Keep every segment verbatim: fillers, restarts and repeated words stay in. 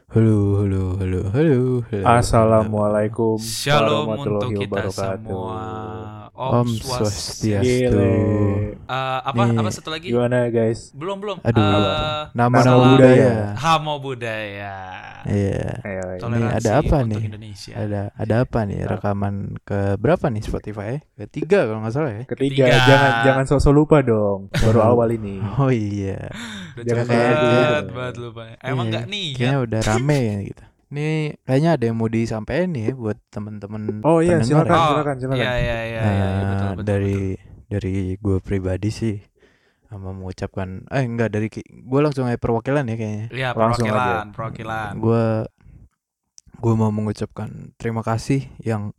Halo, halo, halo, halo, halo. Assalamualaikum Shalom warahmatullahi untuk kita wabarakatuh. semua. Om Om Swastiastu. Gile. Uh, apa Nih, apa satu lagi? Gimana guys? Belum belum. Aduh, Uh, nama nama Salam budaya. Hamo budaya. Iya. Ayo, ayo. Ini Toleransi ada apa untuk nih? Indonesia. Ada ada apa nih? Rekaman ke berapa nih Spotify? Ketiga kalau nggak salah ya. Ketiga, Ketiga. jangan jangan sok-sok lupa dong. Baru awal ini. Oh iya. Udah Jangan cepet kayak- banget, banget lupa. Emang Iya, enggak nih Kayaknya ya? udah rame ya gitu. Ini kayaknya ada yang mau disampaikan nih ya buat teman-teman Oh iya, pendengar silakan, ya. silakan, silakan. Iya iya iya Nah, iya, betul betul. dari betul. dari gue pribadi sih sama mengucapkan eh enggak dari gue langsung aja perwakilan ya kayaknya. Iya, Langsung perwakilan, perwakilan. Gue gue mau mengucapkan terima kasih yang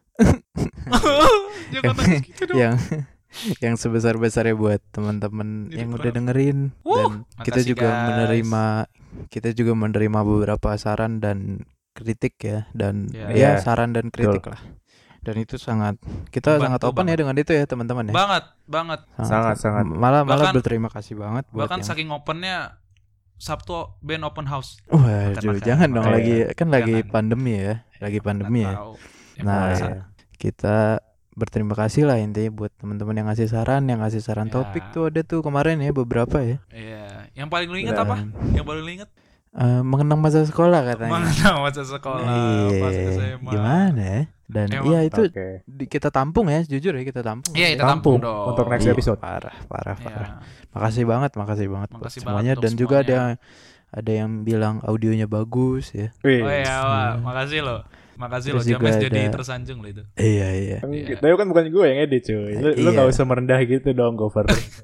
Jangan nangis gitu dong. yang yang sebesar-besarnya buat teman-teman Jadi yang kurang. udah dengerin Wuh, dan kita makasih, juga guys. menerima kita juga menerima beberapa saran dan kritik ya dan Ya. ya Iya, saran dan kritik lah. Dan itu sangat kita Membantu sangat open banget. ya dengan itu ya teman-teman ya. Banget, banget. Sangat, sangat. Malah malah Bahkan- berterima kasih banget buat Bahkan yang saking opennya Sabtu band open house. Waduh, Makan-makan. jangan dong Iya. lagi kan lagi Jangan. pandemi ya, lagi pandemi ya. Nggak tahu. Ya, Nah, pokoknya. iya. Kita berterima kasih lah intinya buat teman-teman yang ngasih saran, yang ngasih saran Ya. topik tuh ada tuh kemarin ya beberapa ya. Iya, yang paling lu inget Dan, apa? Yang paling lu inget? eh, mengenang masa sekolah katanya. Mengenang masa sekolah pas Iya, S M A. gimana ya? Dan Emang. iya itu Oke. di- kita tampung ya, jujur ya kita tampung. Iya, kita Tampung tampung dong. untuk next Iya, episode. Parah, parah, Iya. parah. Makasih banget, makasih banget buat Makasih banget semuanya untuk dan juga ada semuanya. yang ada yang bilang audionya bagus ya. Wih. Oh iya, Wak. Hmm. makasih loh. Makasih Terus loh, James juga jadi ada- tersanjung loh itu. Iya, iya. Iya. Tapi kan bukan gue yang edit cuy. Lu, lu Iya. gak usah merendah gitu dong, Gover.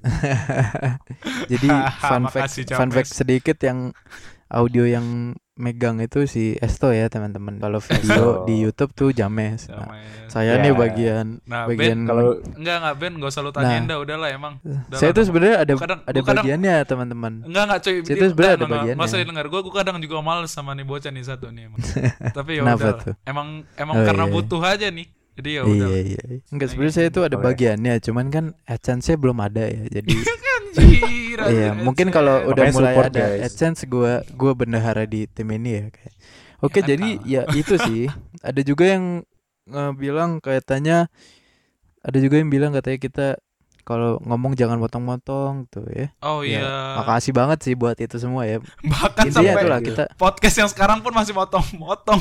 Jadi fun fact, Makasih, fun James. fact sedikit yang audio yang megang itu si Esto ya teman-teman. Kalau video Esto. di YouTube tuh James. Nah, James. saya Ya. nih bagian Nah, bagian Ben, Kalau enggak enggak Ben, enggak usah lu tanyain Nah. dah, udahlah emang. Udah saya lah, tuh dong. sebenarnya ada Gua kadang- ada gua kadang- bagiannya teman-teman. Enggak enggak cuy. Itu Dia- sebenarnya enggak, ada enggak, bagiannya. Enggak usah didengar. Gue gue kadang juga males sama nih bocah nih satu nih emang. Tapi ya Kenapa udah. tuh? Emang emang Oh, karena iya. butuh aja nih. Jadi ya udah. Iya iya. Enggak sebenarnya saya tuh ada Oke. bagiannya, cuman kan AdSense-nya belum ada ya. Jadi Anjir, iya, anjir, mungkin anjir. kalau udah Makanya mulai support, ada guys. AdSense gua gua bendahara di tim ini ya kayak. Oke, kan jadi kalah. ya itu sih. Ada juga yang eh, bilang katanya ada juga yang bilang katanya kita kalau ngomong jangan motong-motong tuh ya. Oh Ya, iya. makasih banget sih buat itu semua ya. Bahkan Intinya sampai itulah kita podcast yang sekarang pun masih motong-motong.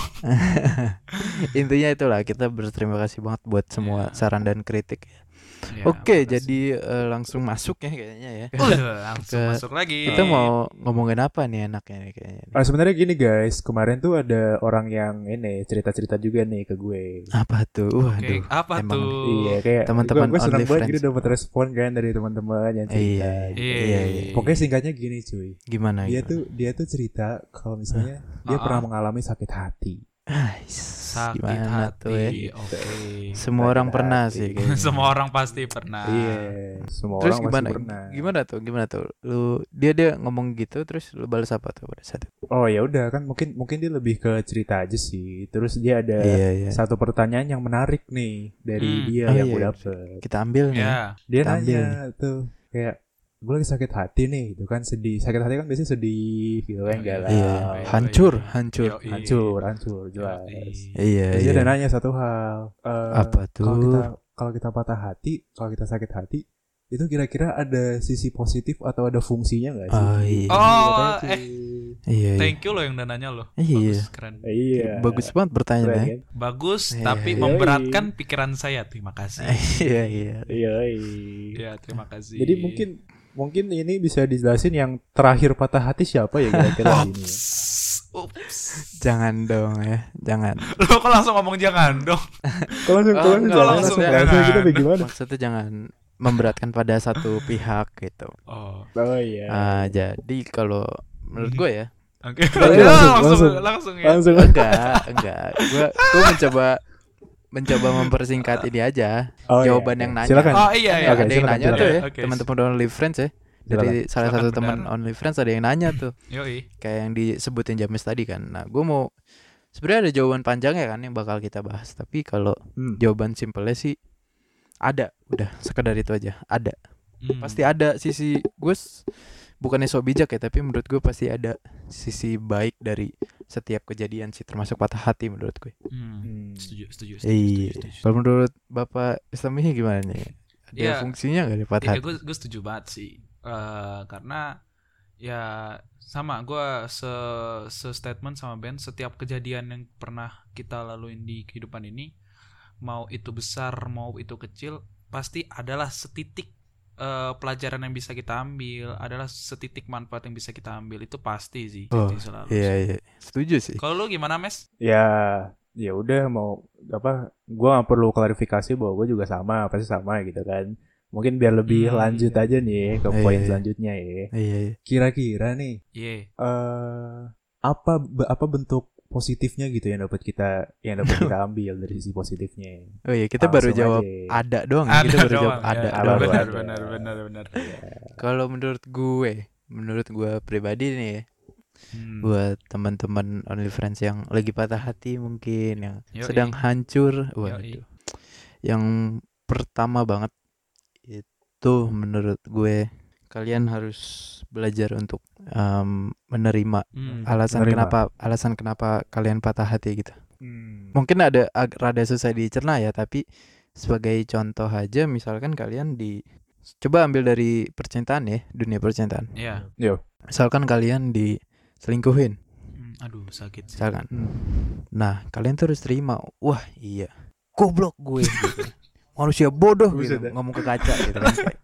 intinya itulah kita berterima kasih banget buat semua Iya. saran dan kritik ya. Ya, Oke, makasih. jadi eh, langsung masuk ya kayaknya ya. Udah, langsung Ke- masuk lagi. Kita mau ngomongin apa nih enaknya nih kayaknya. nih? Ah, sebenarnya gini guys, kemarin tuh ada orang yang ini cerita-cerita juga nih ke gue. Apa tuh? Oke, Waduh. apa emang tuh? Iya, kayak Teman-teman gue seneng banget OnlyFans. gitu dapat respon kan dari teman-teman yang cerita. Iya, gitu. iya, iya. Pokoknya singkatnya gini cuy. Gimana? Dia gimana? tuh dia tuh cerita kalau misalnya dia Ah. pernah mengalami sakit hati. Ais, Sakit gimana hati. tuh ya? Oke. Semua Sakit orang pernah hati. sih kayaknya. Semua orang pasti pernah. Iya, semua Terus orang gimana? pasti pernah. Gimana tuh? Gimana tuh? Lu dia dia ngomong gitu terus lu balas apa tuh pada saat itu? Oh ya udah kan mungkin mungkin dia lebih ke cerita aja sih. Terus dia ada Iya, iya. satu pertanyaan yang menarik nih dari Hmm. dia Oh, yang iya. gue dapet. Kita ambil nih. Ya. Dia Kita ambil nanya tuh kayak gue lagi sakit hati nih, itu kan sedih. Sakit hati kan biasanya sedih gitu kan, Iya, galau. Iya, Yoi. hancur, hancur. Yoi. Hancur, hancur jelas. Yoi. Iya, Terus dia iya. ada nanya satu hal. eh, Apa tuh? Kalau kita kalau kita patah hati, kalau kita sakit hati, itu kira-kira ada sisi positif atau ada fungsinya nggak sih? Oh, iya. Oh, Katanya, eh. cuy. Iya, iya. Thank you loh yang dananya loh. Iya. Bagus, keren. Iya. Bagus banget Keren, pertanyaannya. kan? Bagus, Iya, tapi iya. memberatkan pikiran saya. Terima kasih. Iya, iya. Iya. Ya, terima kasih. Jadi mungkin mungkin ini bisa dijelasin yang terakhir patah hati siapa ya kira-kira ini. ya? Ups. Ups. Jangan dong ya, jangan. Lo kok langsung ngomong jangan dong? Kalau langsung Oh, kalau enggak, langsung langsung langsung jangan. langsung kita bagaimana? Maksudnya jangan memberatkan pada satu pihak gitu. Oh. Oh iya. Ah, jadi kalau menurut gue ya, Oke. Langsung, Ya, langsung, langsung, langsung. langsung ya. Langsung. enggak, enggak. Gue gue mencoba mencoba mempersingkat ini aja. Oh, iya, jawaban oke. yang nanya. Silakan. Oh iya iya. ada Oke, yang silakan, nanya tuh silakan. ya, Oke. teman-teman OnlyFriends ya. Dari Silakan. salah Silakan, satu benar. teman OnlyFriends ada yang nanya tuh, Yoi. kayak yang disebutin James tadi kan. Nah, gue mau sebenarnya ada jawaban panjang ya kan yang bakal kita bahas. Tapi kalau Hmm. jawaban simpelnya sih ada, udah sekedar itu aja. Ada, Hmm. pasti ada sisi gue s- bukannya so bijak ya, tapi menurut gue pasti ada sisi baik dari setiap kejadian sih, termasuk patah hati menurut gue. Hmm. Hmm. Setuju, setuju, setuju, Iya. setuju, setuju. Kalau menurut Bapak Islami gimana nih? Ada Ya, fungsinya nggak di patah ya hati? gue gue setuju banget sih. Eh, karena ya sama gue se se statement sama Ben, setiap kejadian yang pernah kita laluin di kehidupan ini, mau itu besar mau itu kecil, pasti adalah setitik eh, pelajaran yang bisa kita ambil, adalah setitik manfaat yang bisa kita ambil, itu pasti sih. Oh, Itu selalu iya sih. iya, setuju sih. Kalau lu gimana, Mes? Ya, ya udah mau apa? Gua nggak perlu klarifikasi bahwa gue juga sama, pasti sama gitu kan. Mungkin biar lebih Hmm. lanjut aja nih ke Iya, poin iya. selanjutnya ya. Iya iya. Kira-kira nih Iya. eh apa be- apa bentuk positifnya gitu yang dapat kita yang dapat kita ambil dari sisi positifnya. Oh iya, kita baru Langsung jawab aja. ada doang. ya. Kita baru jawab doang, ada ya. doang. baru Benar, ada. benar, benar, benar. Kalau menurut gue, menurut gue pribadi nih ya, Hmm. buat teman-teman OnlyFans yang lagi patah hati mungkin, yang Yoi. sedang hancur, Yoi. waduh. Yang pertama banget itu menurut gue, kalian harus belajar untuk um, menerima Hmm. alasan Menerima. kenapa alasan kenapa kalian patah hati gitu. Hmm. Mungkin ada ag- rada susah dicerna ya, tapi sebagai contoh aja, misalkan kalian di coba ambil dari percintaan ya, dunia percintaan. Iya. Yo. Misalkan kalian diselingkuhin, Hmm, aduh sakit sih. misalkan. Hmm. Nah, kalian tuh harus terima, wah iya, goblok gue gitu. Manusia bodoh gitu, Buset dah. ngomong ke kaca gitu kan, kayak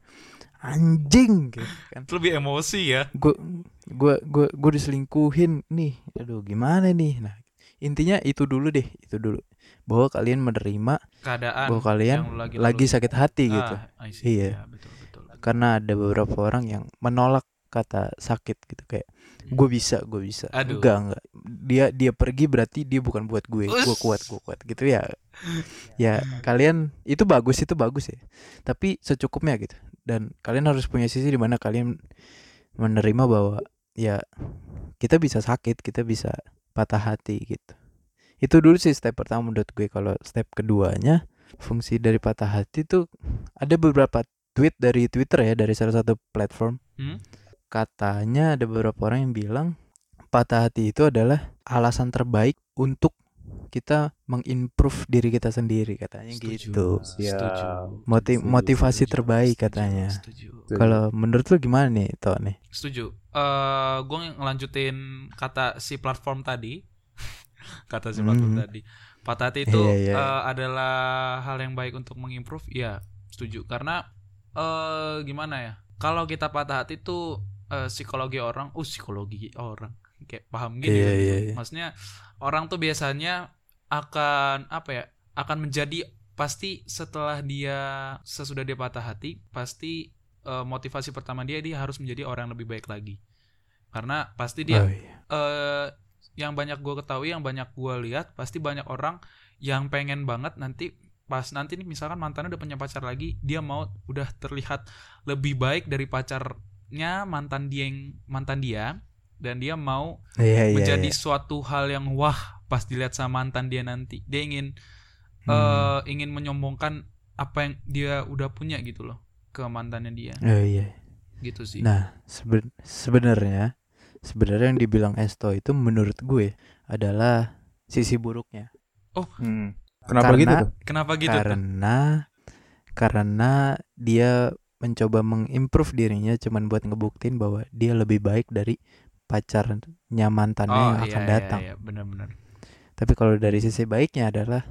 anjing gitu kan. Lebih emosi ya. Gue gue gue gue diselingkuhin nih, aduh gimana nih. Nah, intinya itu dulu deh, itu dulu, bahwa kalian menerima Keadaan bahwa kalian yang lagi, lagi laluin. sakit hati gitu. Ah, I see. Iya. Ya, betul, betul, betul. Karena ada beberapa orang yang menolak kata sakit gitu, kayak gue bisa gue bisa Aduh. enggak enggak dia dia pergi berarti dia bukan buat gue, gue Us. kuat gue kuat gitu ya. Ya kalian itu bagus, itu bagus ya, tapi secukupnya gitu. Dan kalian harus punya sisi di mana kalian menerima bahwa ya kita bisa sakit, kita bisa patah hati gitu. Itu dulu sih step pertama menurut gue. Kalau step keduanya, fungsi dari patah hati tuh ada beberapa tweet dari Twitter ya, dari salah satu platform. Hmm? Katanya ada beberapa orang yang bilang patah hati itu adalah alasan terbaik untuk kita mengimprove diri kita sendiri, katanya Setuju. gitu. Siap. Setuju. Moti- Setuju, motivasi Setuju, terbaik setuju, katanya. Setuju. Setuju. Kalau menurut lu gimana nih, Toh nih? Setuju. Eh, gue ngelanjutin kata si platform tadi. Kata si platform Mhm. tadi. Patah hati itu Iya, iya. eh, adalah hal yang baik untuk mengimprove. Iya, setuju. Karena eh gimana ya? Kalau kita patah hati tuh eh, psikologi orang, uh psikologi orang kayak paham gini Iya, kan. iya, iya. Maksudnya orang tuh biasanya akan apa ya? Akan menjadi, pasti setelah dia sesudah dia patah hati, pasti eh, motivasi pertama dia dia harus menjadi orang yang lebih baik lagi. Karena pasti dia Oh, iya. eh yang banyak gue ketahui, yang banyak gue lihat, pasti banyak orang yang pengen banget nanti pas nanti nih misalkan mantannya udah punya pacar lagi, dia mau udah terlihat lebih baik dari pacarnya mantan dia yang mantan dia, dan dia mau Iya, iya, menjadi iya. suatu hal yang wah pas dilihat sama mantan dia nanti. Dia ingin Hmm. eh, ingin menyombongkan apa yang dia udah punya gitu loh ke mantannya dia. Oh, iya. Gitu sih. Nah, seben- sebenarnya sebenarnya yang dibilang Esto itu menurut gue adalah sisi buruknya. Hmm. Kenapa Karena- gitu tuh? Kenapa gitu tuh? karena karena dia mencoba mengimprove dirinya cuman buat ngebuktiin bahwa dia lebih baik dari pacarnya mantannya Oh yang iya, akan iya, datang. iya, benar-benar. Tapi kalau dari sisi baiknya adalah,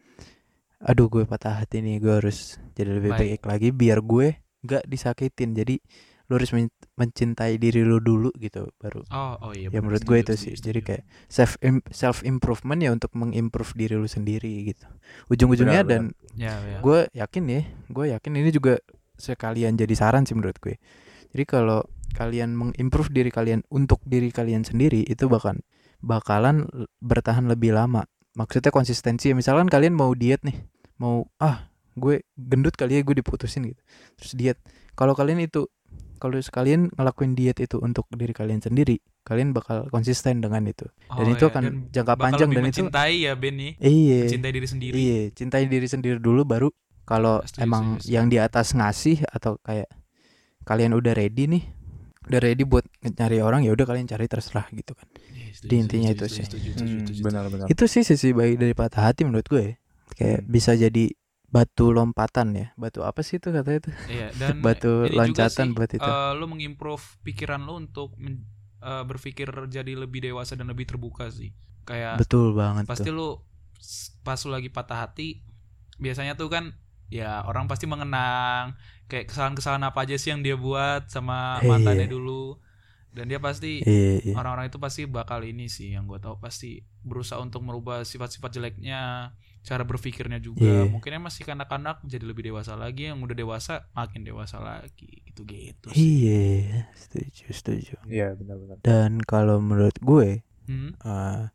aduh gue patah hati nih, gue harus jadi lebih Baik. baik lagi biar gue gak disakitin. Jadi lu harus men- mencintai diri lu dulu gitu baru. Oh, oh iya. Ya benar, menurut gue setuju, itu setuju, sih. setuju. Jadi kayak self im- self improvement ya, untuk mengimprove diri lu sendiri gitu. Ujung-ujungnya Benar, dan ya, ya. gue yakin ya, gue yakin ini juga sekalian jadi saran sih menurut gue. Jadi kalau kalian mengimprove diri kalian untuk diri kalian sendiri, itu bahkan bakalan l- bertahan lebih lama. Maksudnya konsistensi. Misalkan kalian mau diet nih, mau ah gue gendut kali ya, gue diputusin gitu, terus diet. Kalau kalian itu kalau sekalian ngelakuin diet itu untuk diri kalian sendiri, kalian bakal konsisten dengan itu. Dan Oh, itu iya. akan Dan jangka bakal panjang, lebih dan itu mencintai ya Ben nih. iya. Mencintai diri sendiri. Iya, cintai diri sendiri dulu, baru kalau Setuju, emang setuju, setuju. yang di atas ngasih atau kayak kalian udah ready nih, udah ready buat nyari orang, ya udah kalian cari terserah gitu kan. Iya, setuju, Di intinya setuju, itu setuju, sih. setuju, setuju, Hmm, setuju. benar-benar. Itu sih sisi baik dari patah hati menurut gue. Kayak Hmm. bisa jadi batu lompatan ya. Batu apa sih itu katanya itu? Iya, dan Batu ini juga loncatan sih, buat itu. eh, lu mengimprove pikiran lu untuk men- eh, berpikir jadi lebih dewasa dan lebih terbuka sih. Kayak Betul banget pasti tuh. lu s- pas lu lagi patah hati, biasanya tuh kan ya orang pasti mengenang kayak kesalahan-kesalahan apa aja sih yang dia buat sama mantannya Iya. dulu. Dan dia pasti Iya, iya. orang-orang itu pasti bakal ini sih yang gue tahu pasti berusaha untuk merubah sifat-sifat jeleknya, cara berpikirnya juga. Iya. Mungkinnya masih kanak-kanak jadi lebih dewasa lagi, yang udah dewasa makin dewasa lagi gitu-gitu sih. Iya, setuju, setuju. Iya, benar-benar. Dan kalau menurut gue Hmm? uh,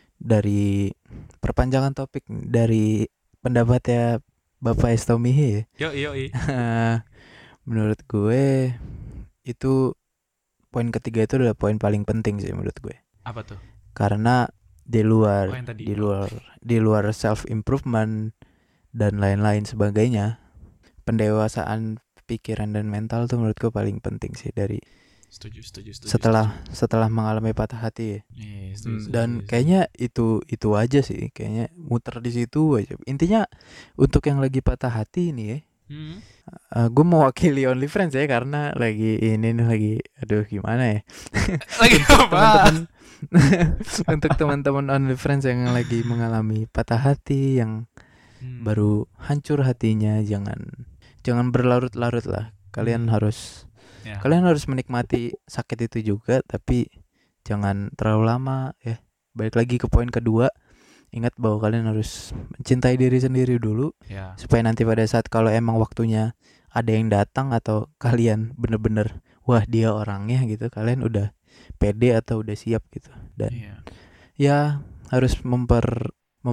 dari perpanjangan topik dari pendapatnya Bapak Estomihi Yo yo i. ya, menurut gue itu poin ketiga itu adalah poin paling penting sih menurut gue. Apa tuh? Karena di luar Oh, yang tadi. di luar di luar self improvement dan lain-lain sebagainya, pendewasaan pikiran dan mental tuh menurut gue paling penting sih dari Setuju, setuju, setuju. setelah setuju. setelah mengalami patah hati ya. Iya, setuju, Hmm. setuju, Dan setuju. kayaknya itu itu aja sih, kayaknya muter di situ aja. Intinya untuk yang lagi patah hati ini ya, Hmm? uh, gue mewakili OnlyFriends ya karena lagi ini nih lagi aduh gimana ya. Lagi apa? Teman-teman untuk teman-teman OnlyFriends yang lagi mengalami patah hati, yang Hmm. baru hancur hatinya, jangan jangan berlarut-larut lah. Kalian Hmm. harus Ya. kalian harus menikmati sakit itu juga, tapi jangan terlalu lama ya. Balik lagi ke poin kedua, ingat bahwa kalian harus mencintai diri sendiri dulu, Ya. supaya nanti pada saat kalau emang waktunya ada yang datang atau kalian bener-bener wah dia orangnya gitu, kalian udah pede atau udah siap gitu. Dan Iya. ya harus memper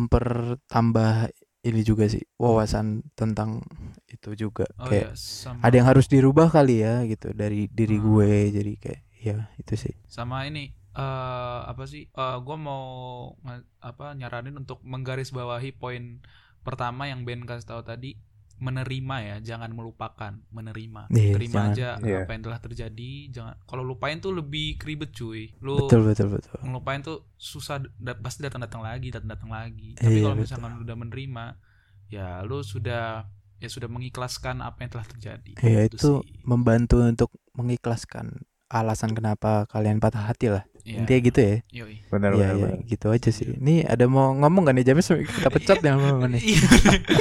mempertambah ini juga sih, wawasan tentang itu juga. Oh Kayak ya, sama ada yang harus dirubah kali ya gitu dari diri Ah. gue, jadi kayak ya itu sih. sama ini eh apa sih? Eh gue mau nga- apa nyaranin untuk menggarisbawahi poin pertama yang Ben kasih tahu tadi, menerima ya, jangan melupakan, menerima. Iya, Terima jangan. aja Iya. apa yang telah terjadi, jangan kalau lupain tuh lebih keribet cuy. Lu Betul betul betul. ngelupain tuh susah, da- pasti datang-datang lagi, datang-datang lagi. Tapi Iya, kalau betul. misalkan udah menerima, ya lu sudah ya sudah mengikhlaskan apa yang telah terjadi. Ya Gitu itu sih. membantu untuk mengikhlaskan alasan kenapa kalian patah hati lah. Iya. Intinya gitu ya. Yoi. Benar, Iya benar, ya, benar. gitu aja sih. Ini ada mau ngomong gak nih James? Kita pecat ya lama-lama nih. Iya.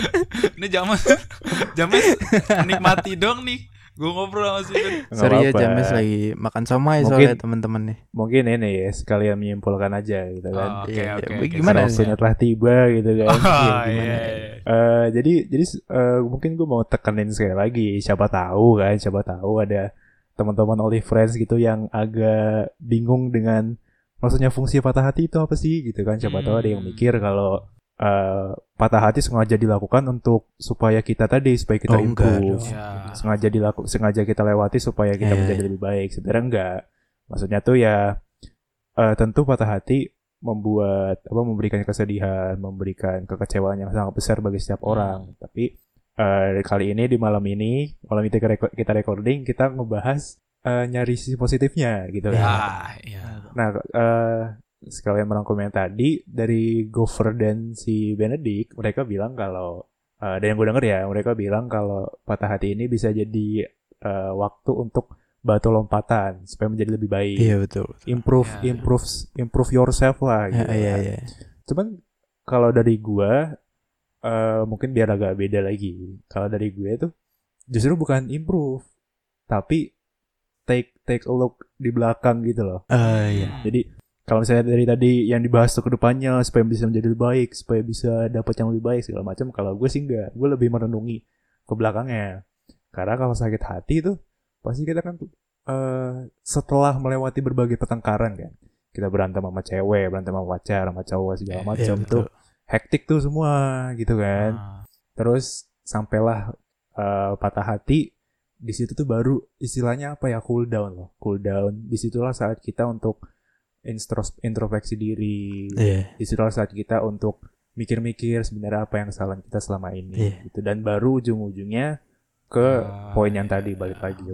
Ini James James menikmati dong nih. Gue ngobrol sama si Ben. Nggak Sorry ya apa-apa. James lagi makan somai Mungkin- soalnya teman-teman nih. Mungkin ini ya sekalian menyimpulkan aja gitu kan. Oh, Oke Iya, oke. iya. oke. Gimana Karena sih? waktunya telah tiba gitu kan. Oh, Iya, iya, gimana? iya. Eh, jadi jadi eh, mungkin gue mau tekenin sekali lagi, siapa tahu kan, siapa tahu ada teman-teman OnlyFriends gitu yang agak bingung dengan maksudnya fungsi patah hati itu apa sih gitu kan. Siapa tahu ada yang Hmm. mikir kalau eh, patah hati sengaja dilakukan untuk supaya kita tadi supaya kita Oh, enggak improve. dong. Ya. Sengaja dilaku sengaja kita lewati supaya kita Iya, menjadi iya. lebih baik. Sebenarnya enggak. Maksudnya tuh ya eh, tentu patah hati membuat apa memberikan kesedihan, memberikan kekecewaan yang sangat besar bagi setiap Hmm. orang. Tapi eh, kali ini di malam ini, malam itu kita reko- kita recording, kita ngebahas eh, nyari sisi positifnya gitu kan. Ah, iya. Nah, eh, sekalian merangkum yang tadi dari Gopher dan si Benedict, mereka bilang kalau eh, dan yang gue denger ya, mereka bilang kalau patah hati ini bisa jadi eh, waktu untuk batu lompatan supaya menjadi lebih baik. Iya betul. betul. Improve, Ya. improve, improve yourself lah. Ya, Gitu iya kan. iya. Cuman kalau dari gua eh, mungkin biar agak beda lagi. Kalau dari gue tuh justru bukan improve, tapi take take a look di belakang gitu loh. Ah iya. Hmm. Jadi kalau misalnya dari tadi yang dibahas tuh ke depannya supaya bisa menjadi lebih baik, supaya bisa dapat yang lebih baik segala macam. Kalau gue sih enggak, gue lebih merenungi ke belakangnya. Karena kalau sakit hati tuh pasti kita kan eh, setelah melewati berbagai pertengkaran kan. Kita berantem sama cewek, berantem sama pacar, sama cowok segala Iya, macam Iya, tuh betul. hektik tuh semua gitu kan. Ah. Terus Terus sampailah eh, patah hati, di situ tuh baru istilahnya apa ya, cool down loh, cool down. Disitulah saat kita untuk instros- introspeksi diri. Iya. Disitulah saat kita untuk mikir-mikir sebenarnya apa yang kesalahan kita selama ini Iya. gitu. Dan baru ujung-ujungnya ke ah, poin yang iya, tadi balik lagi untuk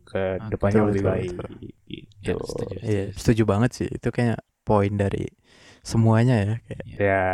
ke Oke. depannya Betul, lebih betul, baik. betul. Gitu. Ya, setuju. Iya, setuju banget sih. Itu kayak poin dari semuanya ya. Kayak, Ya.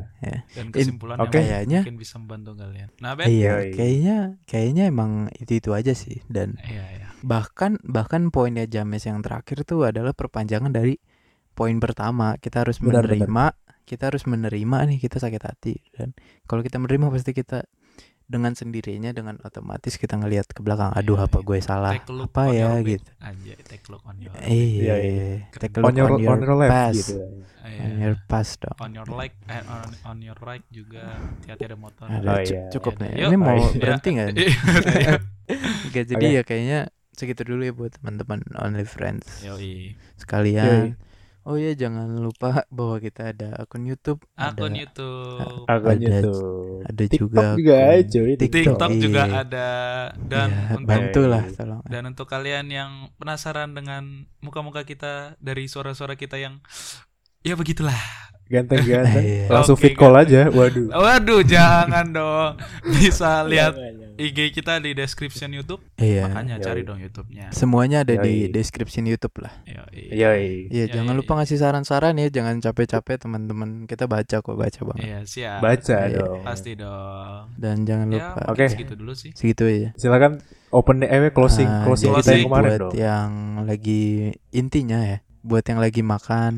Dan In- kesimpulan oke. yang Kayaknya- mungkin bisa membantu kalian. Nah, Ben. iya, Yoi. kayaknya kayaknya emang itu itu aja sih. Dan Iya, iya. bahkan bahkan poinnya James yang terakhir tuh adalah perpanjangan dari poin pertama. Kita harus Benar, menerima, kita harus menerima nih kita sakit hati. Dan kalau kita menerima pasti kita dengan sendirinya, dengan otomatis kita ngelihat ke belakang, aduh Iya, apa iya. gue salah Take a look apa on ya your back. gitu. Anjay, take a look on your back. Iya, Iya, take a On look your, on your, on your left past, gitu. Iya. on your past dong. On your like, eh, on, on your right juga. Hati-hati ada motor. Ada, Oh, cu- iya. cukup Ya, nih. yuk. Ini mau Oh, iya. berhenti nggak? nih? Iya. Oke, jadi Oke. ya kayaknya segitu dulu ya buat teman-teman Only Friends Yoi. sekalian. Oh ya, jangan lupa bahwa kita ada akun YouTube, Akun ada YouTube. Agaknya Ada- tuh. ada TikTok juga juga akun aja. TikTok iya. juga ada. Dan Ya, untuk bantulah Yoi. tolong. dan untuk kalian yang penasaran dengan muka-muka kita dari suara-suara kita yang ya begitulah. Ganteng-ganteng. Iya. Langsung Oke, fit call ganteng. aja. Waduh. Waduh, jangan dong. Bisa lihat Jangan, jangan. I G kita di description YouTube. Iya. Makanya Yoi. cari dong YouTube-nya. Semuanya ada di Yoi. description YouTube lah. Yoi. Yoi. Iya, Yoi. jangan lupa ngasih saran-saran ya, jangan capek-capek teman-teman. Kita baca kok, baca banget. Iya, siap. Baca Iya. dong. Pasti dong. Dan jangan Ya, lupa. Oke. segitu dulu sih. Segitu aja. Silakan open eh closing Ah, closing jadi kita yang closing kemarin buat dong. yang lagi intinya ya, buat yang lagi makan,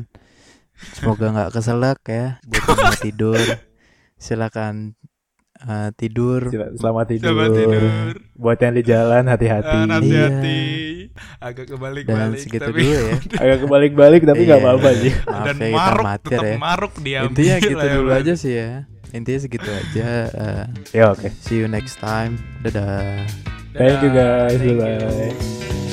semoga nggak keselak ya. Buat yang mau tidur, silakan uh, tidur. Sila- Selamat tidur. Selamat tidur. Buat yang di jalan hati-hati. Ah, hati-hati. Agak Dan kebalik-balik segitu tapi dulu ya. Agak kebalik-balik tapi nggak Iya. apa-apa sih. Maaf dan ya kita maruk amatir tetap ya. maruk dia. Intinya gitu dulu aja sih ya. Intinya segitu aja. Uh, Ya oke. see you next time. Dadah. Thank you guys. Thank you. Bye-bye.